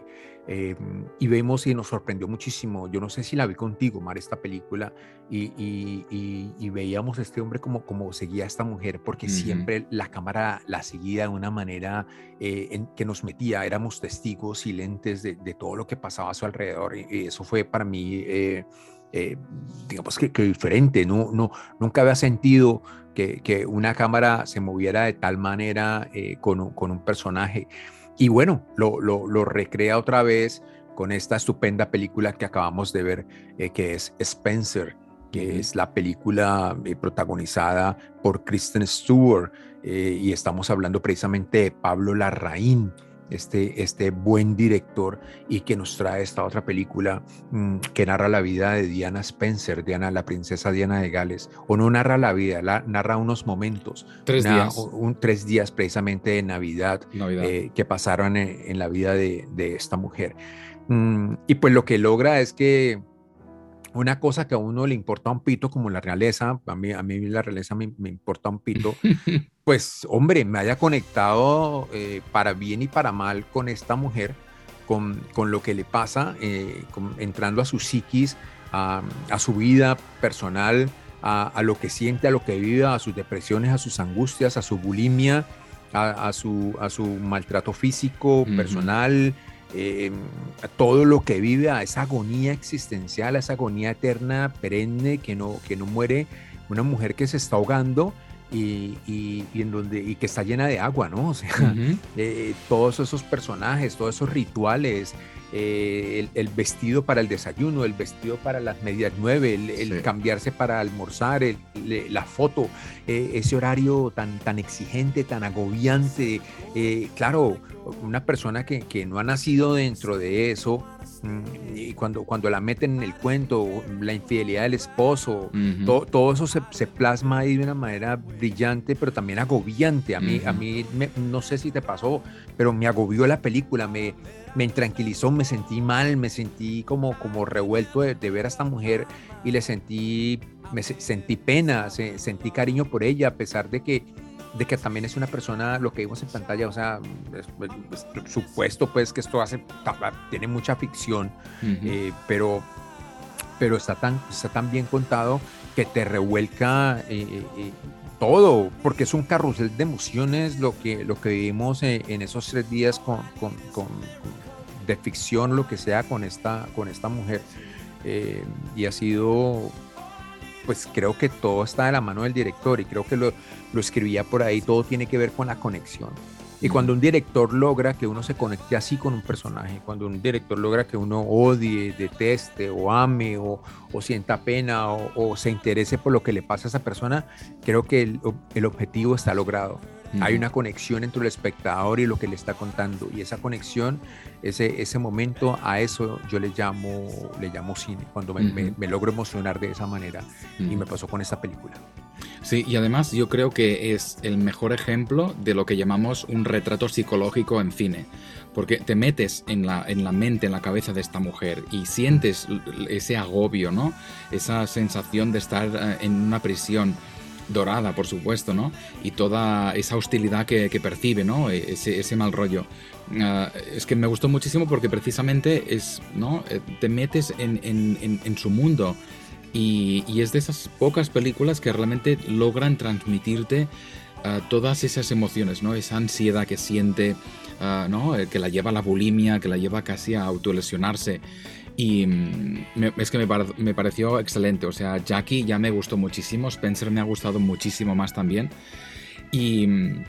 Eh, y vemos y nos sorprendió muchísimo. Yo no sé si la vi contigo, Mar, esta película, y, y, y, y veíamos a este hombre como, como seguía a esta mujer, porque uh-huh. siempre la cámara la seguía de una manera eh, en, que nos metía, éramos testigos silentes de, de todo lo que pasaba a su alrededor, y, y eso fue para mí, eh, eh, digamos que, que diferente. No, no, nunca había sentido que, que una cámara se moviera de tal manera eh, con, un, con un personaje. Y bueno, lo, lo, lo recrea otra vez con esta estupenda película que acabamos de ver, eh, que es Spencer, que uh-huh. es la película eh, protagonizada por Kristen Stewart, eh, y estamos hablando precisamente de Pablo Larraín, este, este buen director, y que nos trae esta otra película mmm, que narra la vida de Diana Spencer, Diana, la princesa Diana de Gales, o no narra la vida, la, narra unos momentos, tres una, días, un, tres días precisamente de Navidad, Navidad. Eh, que pasaron en, en la vida de, de esta mujer. Mm, y pues lo que logra es que una cosa que a uno le importa un pito, como la realeza, a mí, a mí la realeza me, me importa un pito, pues hombre, me haya conectado eh, para bien y para mal con esta mujer, con, con lo que le pasa, eh, con, entrando a su psiquis, a, a su vida personal, a, a lo que siente, a lo que vive, a sus depresiones, a sus angustias, a su bulimia, a, a, su, a su maltrato físico, uh-huh. personal, Eh, a todo lo que vive, a esa agonía existencial, a esa agonía eterna, perenne, que no, que no muere, una mujer que se está ahogando y, y, y, en donde, y que está llena de agua, ¿no? O sea, uh-huh. eh, todos esos personajes, todos esos rituales, eh, el, el vestido para el desayuno, el vestido para las medias nueve, el, el sí. cambiarse para almorzar, el, el, la foto, eh, ese horario tan, tan exigente, tan agobiante. Eh, claro, una persona que, que no ha nacido dentro de eso, y cuando, cuando la meten en el cuento, la infidelidad del esposo, uh-huh. to, todo eso se, se plasma ahí de una manera brillante, pero también agobiante. A mí, uh-huh. a mí me, no sé si te pasó, pero me agobió la película, me, me intranquilizó, me sentí mal, me sentí como, como revuelto de, de ver a esta mujer, y le sentí, me sentí pena, se, sentí cariño por ella, a pesar de que de que también es una persona, lo que vimos en pantalla, o sea, es, es, es supuesto pues que esto hace, tiene mucha ficción, uh-huh. eh, pero, pero está tan, está tan bien contado que te revuelca eh, eh, todo, porque es un carrusel de emociones lo que, lo que vivimos en, en esos tres días con, con, con, de ficción, lo que sea, con esta, con esta mujer, eh, y ha sido... pues creo que todo está de la mano del director, y creo que lo, lo escribía por ahí, todo tiene que ver con la conexión. Y cuando un director logra que uno se conecte así con un personaje, cuando un director logra que uno odie, deteste o ame o, o sienta pena o, o se interese por lo que le pasa a esa persona, creo que el, el objetivo está logrado. Uh-huh. Hay una conexión entre el espectador y lo que le está contando, y esa conexión, ese, ese momento, a eso yo le llamo, le llamo cine, cuando me, uh-huh. me, me logro emocionar de esa manera, uh-huh. y me pasó con esta película. Sí, y además yo creo que es el mejor ejemplo de lo que llamamos un retrato psicológico en cine, porque te metes en la, en la mente, en la cabeza de esta mujer, y sientes ese agobio, ¿no? Esa sensación de estar en una prisión dorada, por supuesto, ¿no? Y toda esa hostilidad que, que percibe, ¿no? Ese, ese mal rollo. Uh, es que me gustó muchísimo porque precisamente es, ¿no? Te metes en, en, en, en su mundo, y, y es de esas pocas películas que realmente logran transmitirte uh, todas esas emociones, ¿no? Esa ansiedad que siente, uh, ¿no? Que la lleva a la bulimia, que la lleva casi a autolesionarse. Y me, es que me, par, me pareció excelente. O sea, Jackie ya me gustó muchísimo, Spencer me ha gustado muchísimo más también. Y,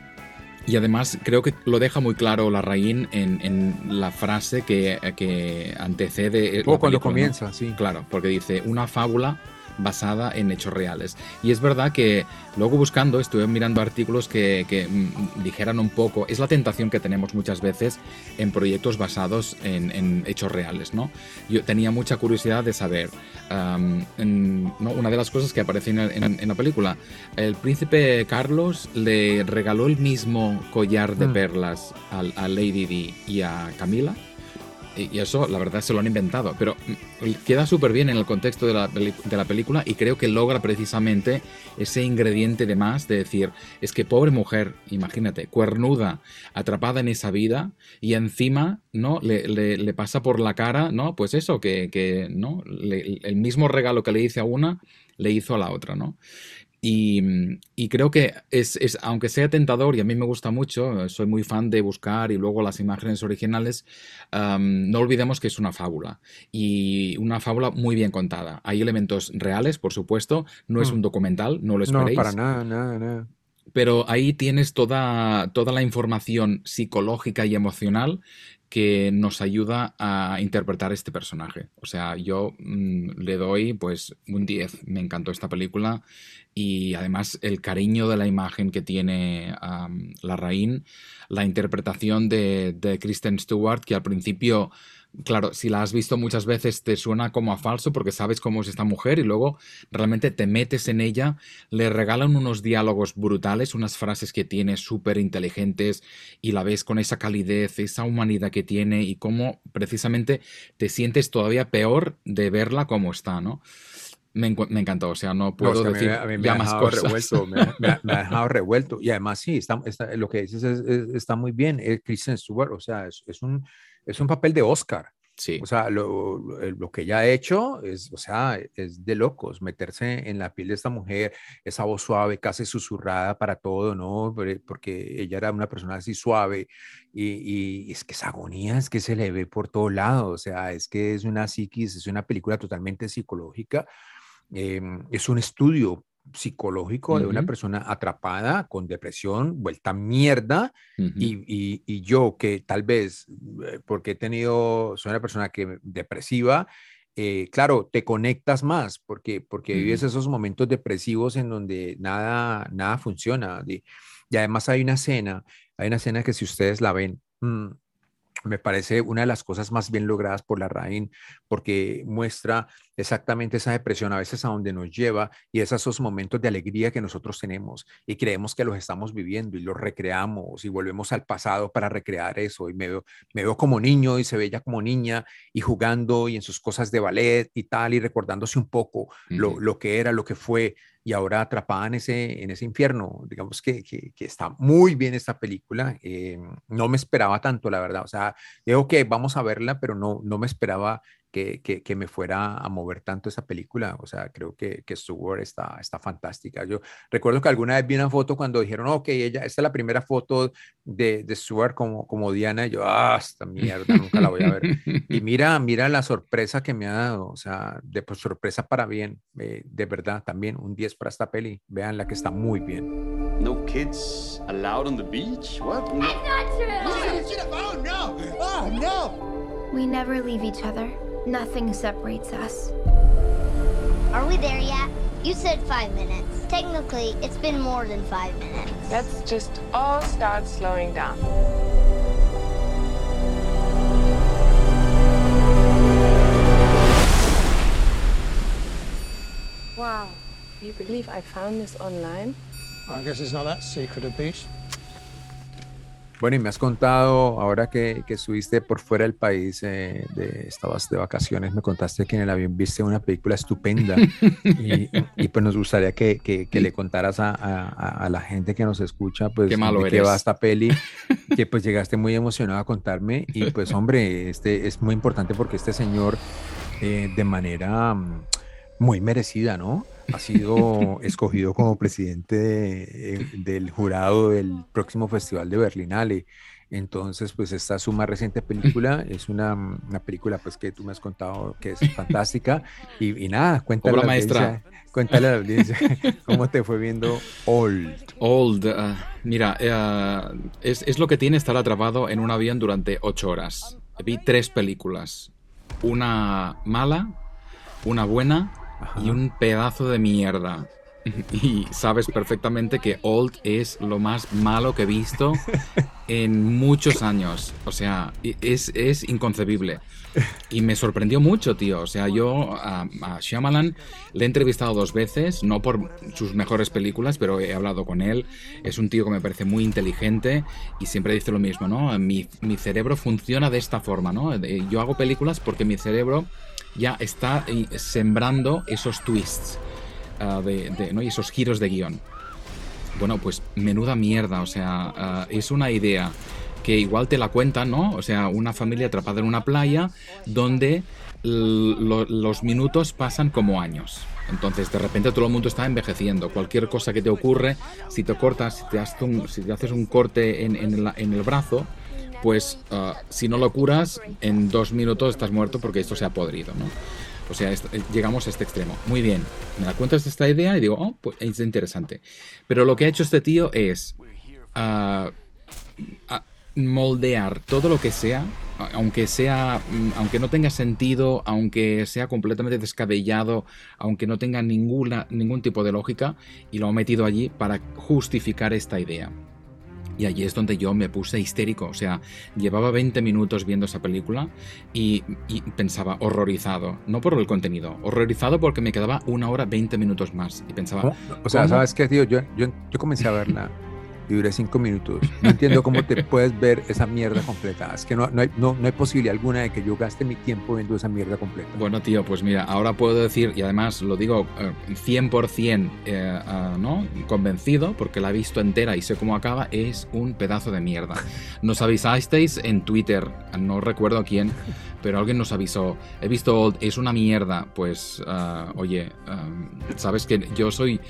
y además creo que lo deja muy claro Larraín en, en la frase que, que antecede. O cuando comienza, ¿no? Sí. Claro, porque dice, una fábula basada en hechos reales. Y es verdad que luego buscando, estuve mirando artículos que, que mm, dijeran un poco, es la tentación que tenemos muchas veces en proyectos basados en, en hechos reales, ¿no? Yo tenía mucha curiosidad de saber, um, en, ¿no? Una de las cosas que aparece en, en, en la película, el príncipe Carlos le regaló el mismo collar de mm. perlas a, a Lady Di y a Camila. y eso la verdad se lo han inventado, pero queda súper bien en el contexto de la, de la película y creo que logra precisamente ese ingrediente de más de decir, es que pobre mujer, imagínate, cuernuda, atrapada en esa vida y encima, ¿no? Le, le, le pasa por la cara, ¿no? Pues eso, que, que ¿no? Le, el mismo regalo que le hice a una, le hizo a la otra, ¿no? Y, y creo que es, es, aunque sea tentador, y a mí me gusta mucho, soy muy fan de buscar y luego las imágenes originales, um, no olvidemos que es una fábula, y una fábula muy bien contada. Hay elementos reales, por supuesto, no es un documental, no lo esperéis. No, para nada, nada, nada. Pero ahí tienes toda, toda la información psicológica y emocional que nos ayuda a interpretar este personaje. O sea, yo mmm, le doy pues un diez. Me encantó esta película y además el cariño de la imagen que tiene um, Larraín, la interpretación de, de Kristen Stewart, que al principio, claro, si la has visto muchas veces te suena como a falso porque sabes cómo es esta mujer y luego realmente te metes en ella, le regalan unos diálogos brutales, unas frases que tiene súper inteligentes y la ves con esa calidez, esa humanidad que tiene y cómo precisamente te sientes todavía peor de verla como está, ¿no? Me, me encantó, o sea, no puedo no, decir a mí, a mí ya me más ha cosas. Revuelto, me, ha, me, ha, me ha dejado revuelto. Y además sí, está, está, lo que dices es, es, está muy bien. Es Kristen Stewart, o sea, es, es, un, es un papel de Oscar. Sí. O sea, lo, lo, lo que ella ha hecho es, o sea, es de locos, meterse en la piel de esta mujer, esa voz suave, casi susurrada para todo, ¿no? Porque ella era una persona así suave y, y es que esa agonía es que se le ve por todo lado, o sea, es que es una psiquis, es una película totalmente psicológica, eh, es un estudio psicológico uh-huh. de una persona atrapada con depresión, vuelta mierda, uh-huh. y, y, y yo que tal vez, porque he tenido, soy una persona que depresiva, eh, claro, te conectas más, porque, porque uh-huh. vives esos momentos depresivos en donde nada, nada funciona, y, y además hay una escena, hay una escena que si ustedes la ven, mmm, me parece una de las cosas más bien logradas por Larraín, porque muestra exactamente esa depresión a veces a donde nos lleva y es esos momentos de alegría que nosotros tenemos y creemos que los estamos viviendo y los recreamos y volvemos al pasado para recrear eso y me veo, me veo como niño y se ve ella como niña y jugando y en sus cosas de ballet y tal y recordándose un poco uh-huh. lo, lo que era, lo que fue y ahora atrapada en ese, en ese infierno. Digamos que, que, que está muy bien esta película. Eh, no me esperaba tanto, la verdad. O sea, digo que vamos a verla, pero no, no me esperaba que, que, que me fuera a mover tanto esa película. O sea, creo que, que Stewart está, está fantástica. Yo recuerdo que alguna vez vi una foto cuando dijeron, ok, ella, esta es la primera foto de, de Stewart como, como Diana. Y yo, ah, esta mierda, nunca la voy a ver. Y mira, mira la sorpresa que me ha dado. O sea, de pues, sorpresa para bien. Eh, de verdad, también un diez para esta peli. Veanla que está muy bien. No kids allowed on the beach? What? No. That's not true! Oh, no! Oh, no! We never leave each other. Nothing separates us. Are we there yet? You said five minutes. Technically, it's been more than five minutes. Let's just all start slowing down. Wow. Do you believe I found this online? I guess it's not that secret a beach. Bueno, y me has contado, ahora que, que estuviste por fuera del país, eh, de, estabas de vacaciones, me contaste que en el avión viste una película estupenda y, y pues nos gustaría que, que, que le contaras a, a, a la gente que nos escucha, pues, qué malo de qué va esta peli, que pues llegaste muy emocionado a contarme y pues, hombre, este es muy importante porque este señor, eh, de manera muy merecida, ¿no? Ha sido escogido como presidente de, del jurado del próximo Festival de Berlinale. Entonces, pues esta es su más reciente película, es una, una película pues que tú me has contado que es fantástica y, y nada, cuéntale Obra a la maestra. audiencia, cuéntale a la audiencia cómo te fue viendo Old. Old, uh, mira, uh, es, es lo que tiene estar atrapado en un avión durante ocho horas. Vi tres películas, una mala, una buena, ajá, y un pedazo de mierda. Y sabes perfectamente que Old es lo más malo que he visto en muchos años. O sea, es, es inconcebible. Y me sorprendió mucho, tío. O sea, yo a, a Shyamalan le he entrevistado dos veces, no por sus mejores películas, pero he hablado con él. Es un tío que me parece muy inteligente y siempre dice lo mismo, ¿no? Mi, mi cerebro funciona de esta forma, ¿no? Yo hago películas porque mi cerebro ya está sembrando esos twists. Uh, de, de, ¿no? y esos giros de guión. Bueno, pues menuda mierda, o sea, uh, es una idea que igual te la cuentan, ¿no? O sea, una familia atrapada en una playa donde lo, los minutos pasan como años. Entonces, de repente todo el mundo está envejeciendo. Cualquier cosa que te ocurre, si te cortas, si te haces un, si te haces un corte en, en, la, en el brazo, pues uh, si no lo curas, en dos minutos estás muerto porque esto se ha podrido, ¿no? O sea, est- llegamos a este extremo. Muy bien, me la cuentas esta idea y digo, oh, pues es interesante. Pero lo que ha hecho este tío es uh, uh, moldear todo lo que sea, aunque sea, aunque no tenga sentido, aunque sea completamente descabellado, aunque no tenga ninguna, ningún tipo de lógica, y lo ha metido allí para justificar esta idea. Y allí es donde yo me puse histérico, o sea, llevaba veinte minutos viendo esa película y, y pensaba horrorizado, no por el contenido, horrorizado porque me quedaba una hora veinte minutos más y pensaba... ¿Cómo? O sea, ¿cómo? ¿Sabes qué, tío? Yo, yo, yo comencé a verla y duré cinco minutos. No entiendo cómo te puedes ver esa mierda completa. Es que no, no, hay, no, no hay posibilidad alguna de que yo gaste mi tiempo viendo esa mierda completa. Bueno, tío, pues mira, ahora puedo decir, y además lo digo uh, cien por ciento eh, uh, ¿no? convencido, porque la he visto entera y sé cómo acaba, es un pedazo de mierda. Nos avisasteis en Twitter, no recuerdo quién, pero alguien nos avisó, he visto Old, es una mierda. Pues, uh, oye, um, sabes que yo soy,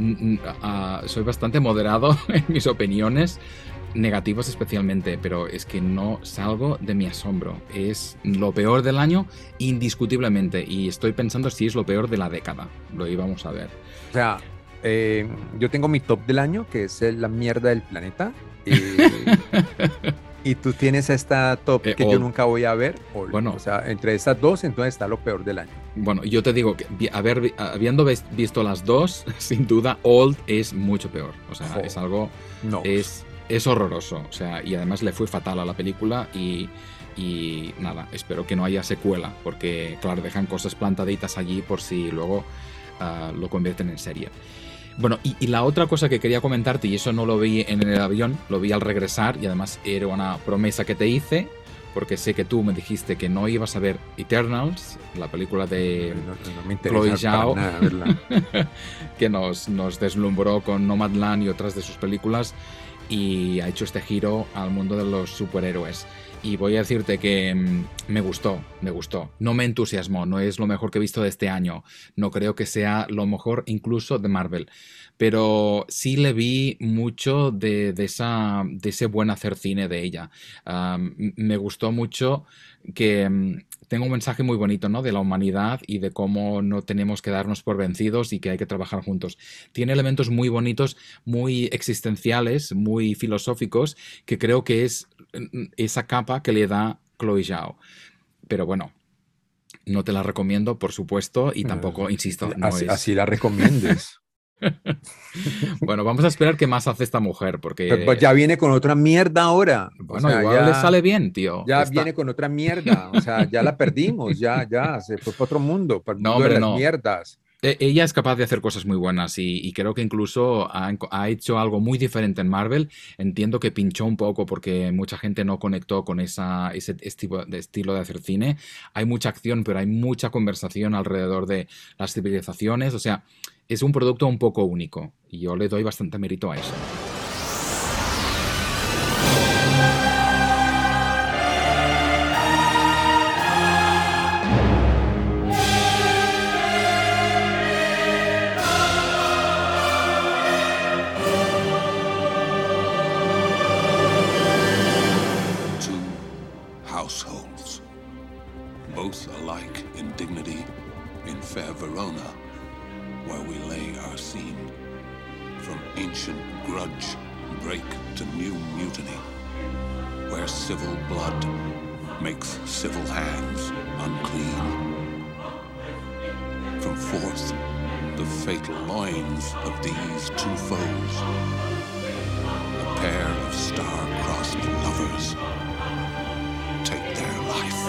uh, soy bastante moderado en mis opiniones, negativas especialmente, pero es que no salgo de mi asombro. Es lo peor del año, indiscutiblemente, y estoy pensando si es lo peor de la década. Lo íbamos a ver. O sea, eh, yo tengo mi top del año, que es la mierda del planeta. Y, y tú tienes esta top eh, que Old. Yo nunca voy a ver. Old. Bueno, o sea, entre estas dos, entonces está lo peor del año. Bueno, yo te digo que haber, habiendo visto las dos, sin duda, Old es mucho peor. O sea, oh. es algo... No. Es, es horroroso. O sea, y además le fue fatal a la película y... Y nada, espero que no haya secuela, porque claro, dejan cosas plantaditas allí por si luego uh, lo convierten en serie. Bueno, y, y la otra cosa que quería comentarte, y eso no lo vi en el avión, lo vi al regresar, y además era una promesa que te hice, porque sé que tú me dijiste que no ibas a ver Eternals, la película de no, no, no me Chloe Zhao, que nos, nos deslumbró con Nomadland y otras de sus películas, y ha hecho este giro al mundo de los superhéroes. Y voy a decirte que mmm, me gustó, me gustó. No me entusiasmó, no es lo mejor que he visto de este año. No creo que sea lo mejor incluso de Marvel. Pero sí le vi mucho de, de, esa, de ese buen hacer cine de ella. Um, me gustó mucho que um, tenga un mensaje muy bonito, ¿no? De la humanidad y de cómo no tenemos que darnos por vencidos y que hay que trabajar juntos. Tiene elementos muy bonitos, muy existenciales, muy filosóficos, que creo que es esa capa que le da Chloe Zhao. Pero bueno, no te la recomiendo, por supuesto, y tampoco, insisto, no así, es... así la recomiendes. Bueno, vamos a esperar qué más hace esta mujer, porque... Pero, pues ya viene con otra mierda ahora. Bueno, o sea, igual ya, le sale bien, tío. Ya Esta... viene con otra mierda. O sea, ya la perdimos, ya, ya, se fue para otro mundo, para el no, mundo hombre, de las no. mierdas. Ella es capaz de hacer cosas muy buenas y, y creo que incluso ha, ha hecho algo muy diferente en Marvel. Entiendo que pinchó un poco porque mucha gente no conectó con esa, ese estilo de, estilo de hacer cine. Hay mucha acción, pero hay mucha conversación alrededor de las civilizaciones. O sea, es un producto un poco único y yo le doy bastante mérito a eso. Both alike in dignity, in fair Verona, where we lay our scene. From ancient grudge break to new mutiny, where civil blood makes civil hands unclean. From forth the fatal loins of these two foes. A pair of star-crossed lovers take their life.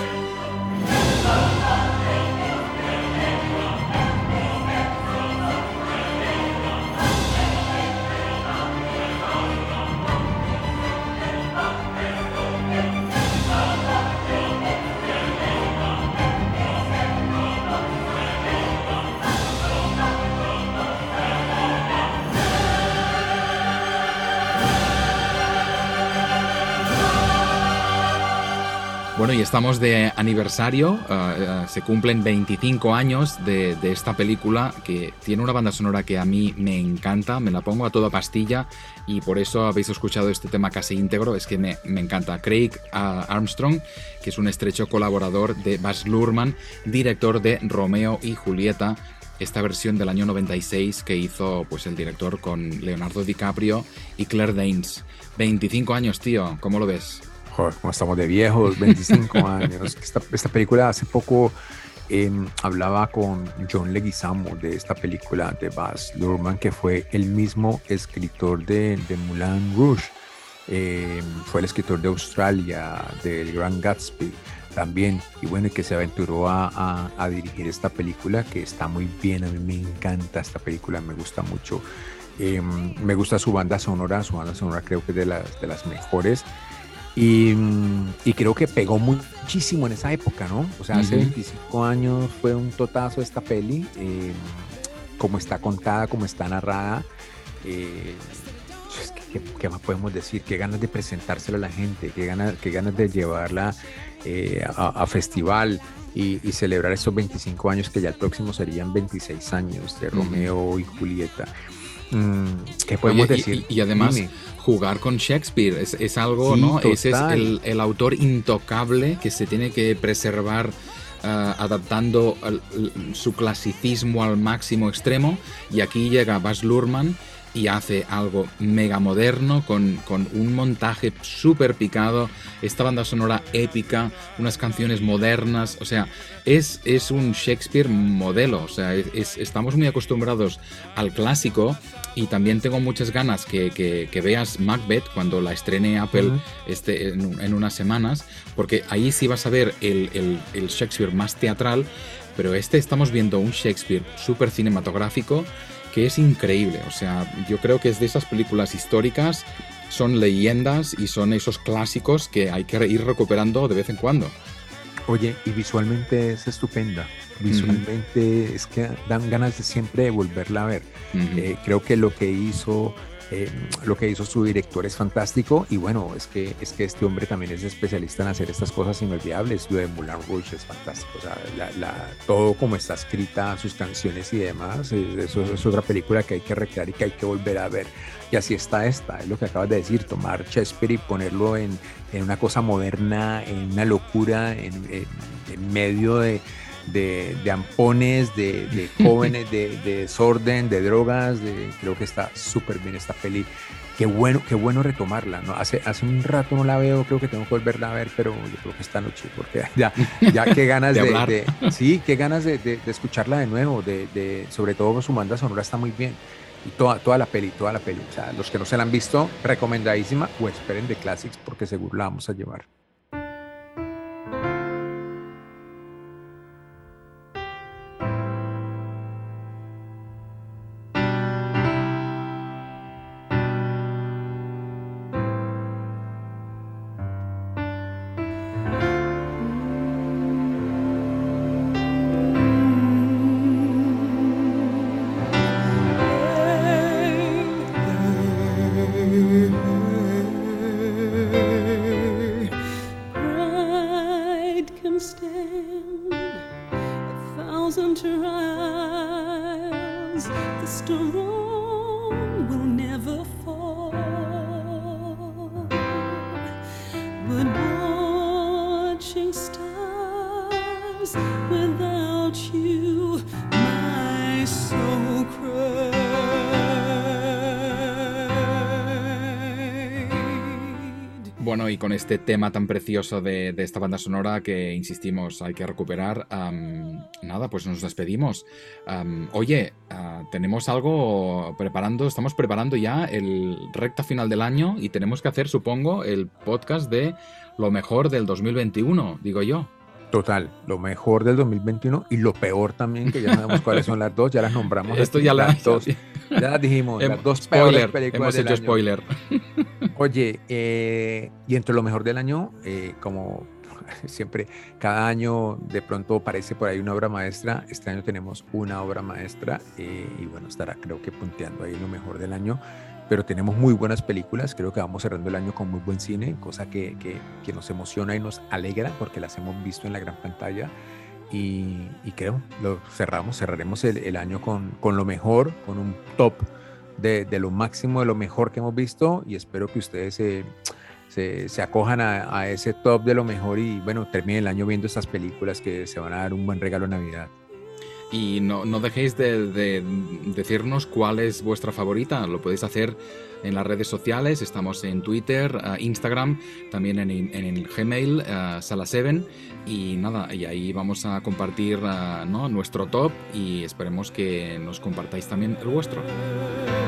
Bueno, y estamos de aniversario, uh, uh, se cumplen veinticinco años de, de esta película que tiene una banda sonora que a mí me encanta, me la pongo a toda pastilla y por eso habéis escuchado este tema casi íntegro, es que me, me encanta. Craig uh, Armstrong, que es un estrecho colaborador de Baz Luhrmann, director de Romeo y Julieta, esta versión del año noventa y seis que hizo pues, el director con Leonardo DiCaprio y Claire Danes. veinticinco años, tío, ¿cómo lo ves? Joder, como estamos de viejos, veinticinco años. Esta, esta película hace poco eh, hablaba con John Leguizamo de esta película de Baz Luhrmann, que fue el mismo escritor de, de Moulin Rouge. Eh, fue el escritor de Australia, del Gran Gatsby también. Y bueno, que se aventuró a, a, a dirigir esta película, que está muy bien. A mí me encanta esta película, me gusta mucho. Eh, me gusta su banda sonora, su banda sonora creo que es de las, de las mejores. Y, y creo que pegó muchísimo en esa época, ¿no? O sea, hace uh-huh. veinticinco años fue un totazo esta peli, eh, como está contada, como está narrada. Eh, ¿qué, ¿Qué más podemos decir? Qué ganas de presentársela a la gente, qué ganas, qué ganas de llevarla eh, a, a festival y, y celebrar estos veinticinco años, que ya el próximo serían veintiséis años de Romeo uh-huh. y Julieta. ¿Qué podemos Oye, decir? Y, y además Dime. jugar con Shakespeare es, es algo, sí, ¿no? Total. Ese es el, el autor intocable que se tiene que preservar uh, adaptando el, el, su clasicismo al máximo extremo, y aquí llega Baz Luhrmann y hace algo mega moderno con, con un montaje súper picado, esta banda sonora épica, unas canciones modernas, o sea, es, es un Shakespeare modelo, o sea, es, estamos muy acostumbrados al clásico y también tengo muchas ganas que, que, que veas Macbeth cuando la estrene Apple uh-huh. este, en, en unas semanas, porque ahí sí vas a ver el, el, el Shakespeare más teatral, pero este estamos viendo un Shakespeare súper cinematográfico que es increíble. O sea, yo creo que es de esas películas históricas, son leyendas y son esos clásicos que hay que ir recuperando de vez en cuando. Oye, y visualmente es estupenda. Visualmente uh-huh. es que dan ganas de siempre de volverla a ver. Uh-huh. Eh, creo que lo que hizo eh, lo que hizo su director es fantástico, y bueno, es que, es que este hombre también es especialista en hacer estas cosas inolvidables. Lo de Moulin Rouge es fantástico, o sea, la, la, todo como está escrita, sus canciones y demás, eso es otra película que hay que recrear y que hay que volver a ver. Y así está esta, es lo que acabas de decir, tomar Shakespeare y ponerlo en, en una cosa moderna, en una locura, en, en, en medio de De, de ampones, de, de jóvenes, de, de desorden, de drogas, de, creo que está súper bien esta peli. Qué bueno, qué bueno retomarla, ¿no? Hace, hace un rato no la veo, creo que tengo que volverla a ver, pero yo creo que esta noche, porque ya, ya qué ganas de, de, de sí, qué ganas de, de, de escucharla de nuevo, de, de, sobre todo su banda sonora está muy bien. Y toda, toda la peli, toda la peli. O sea, los que no se la han visto, recomendadísima, o esperen The Classics porque seguro la vamos a llevar. Bueno, y con este tema tan precioso de, de esta banda sonora que, insistimos, hay que recuperar, um, nada, pues nos despedimos. Um, oye, uh, tenemos algo preparando, estamos preparando ya el recta final del año y tenemos que hacer, supongo, el podcast de lo mejor del dos mil veintiuno, digo yo. Total, lo mejor del dos mil veintiuno y lo peor también, que ya sabemos cuáles son las dos, ya las nombramos. Esto ya las la, dos, ya las dijimos, Hem, las dos spoiler, peores películas hemos del hecho año. spoiler. Oye, eh, y entre lo mejor del año, eh, como siempre, cada año de pronto parece por ahí una obra maestra. Este año tenemos una obra maestra eh, y bueno, estará creo que punteando ahí lo mejor del año. Pero tenemos muy buenas películas, creo que vamos cerrando el año con muy buen cine, cosa que, que, que nos emociona y nos alegra porque las hemos visto en la gran pantalla y, y creo, lo cerramos, cerraremos el, el año con, con lo mejor, con un top de, de lo máximo, de lo mejor que hemos visto y espero que ustedes se, se, se acojan a, a ese top de lo mejor y bueno, terminen el año viendo estas películas que se van a dar un buen regalo en Navidad. Y no, no dejéis de, de decirnos cuál es vuestra favorita. Lo podéis hacer en las redes sociales. Estamos en Twitter, uh, Instagram, también en, en el Gmail, uh, Sala siete. Y nada, y ahí vamos a compartir uh, ¿no? nuestro top y esperemos que nos compartáis también el vuestro.